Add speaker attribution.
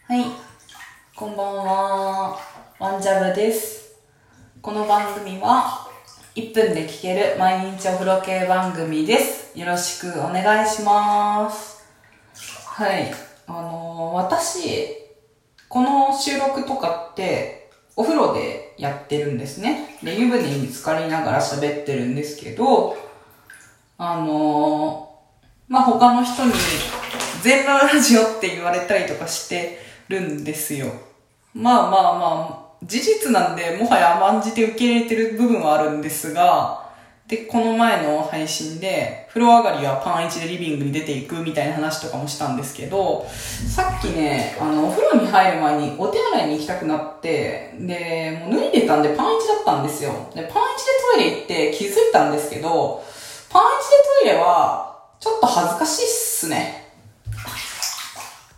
Speaker 1: はい、こんばんは。ワンジャブです。この番組は1分で聞ける毎日お風呂系番組です。よろしくお願いします。はい、私、この収録とかってお風呂でやってるんですね。で、湯船に浸かりながら喋ってるんですけど、他の人に全裸ラジオって言われたりとかしてるんですよ。事実なんでもはや甘んじて受け入れてる部分はあるんですが、で、この前の配信で風呂上がりはパン1でリビングに出ていくみたいな話とかもしたんですけど、さっきね、お風呂に入る前にお手洗いに行きたくなって、で、もう脱いでたんでパン1だったんですよ。で、パン1でトイレ行って気づいたんですけど、パン1でトイレはちょっと恥ずかしいっすね。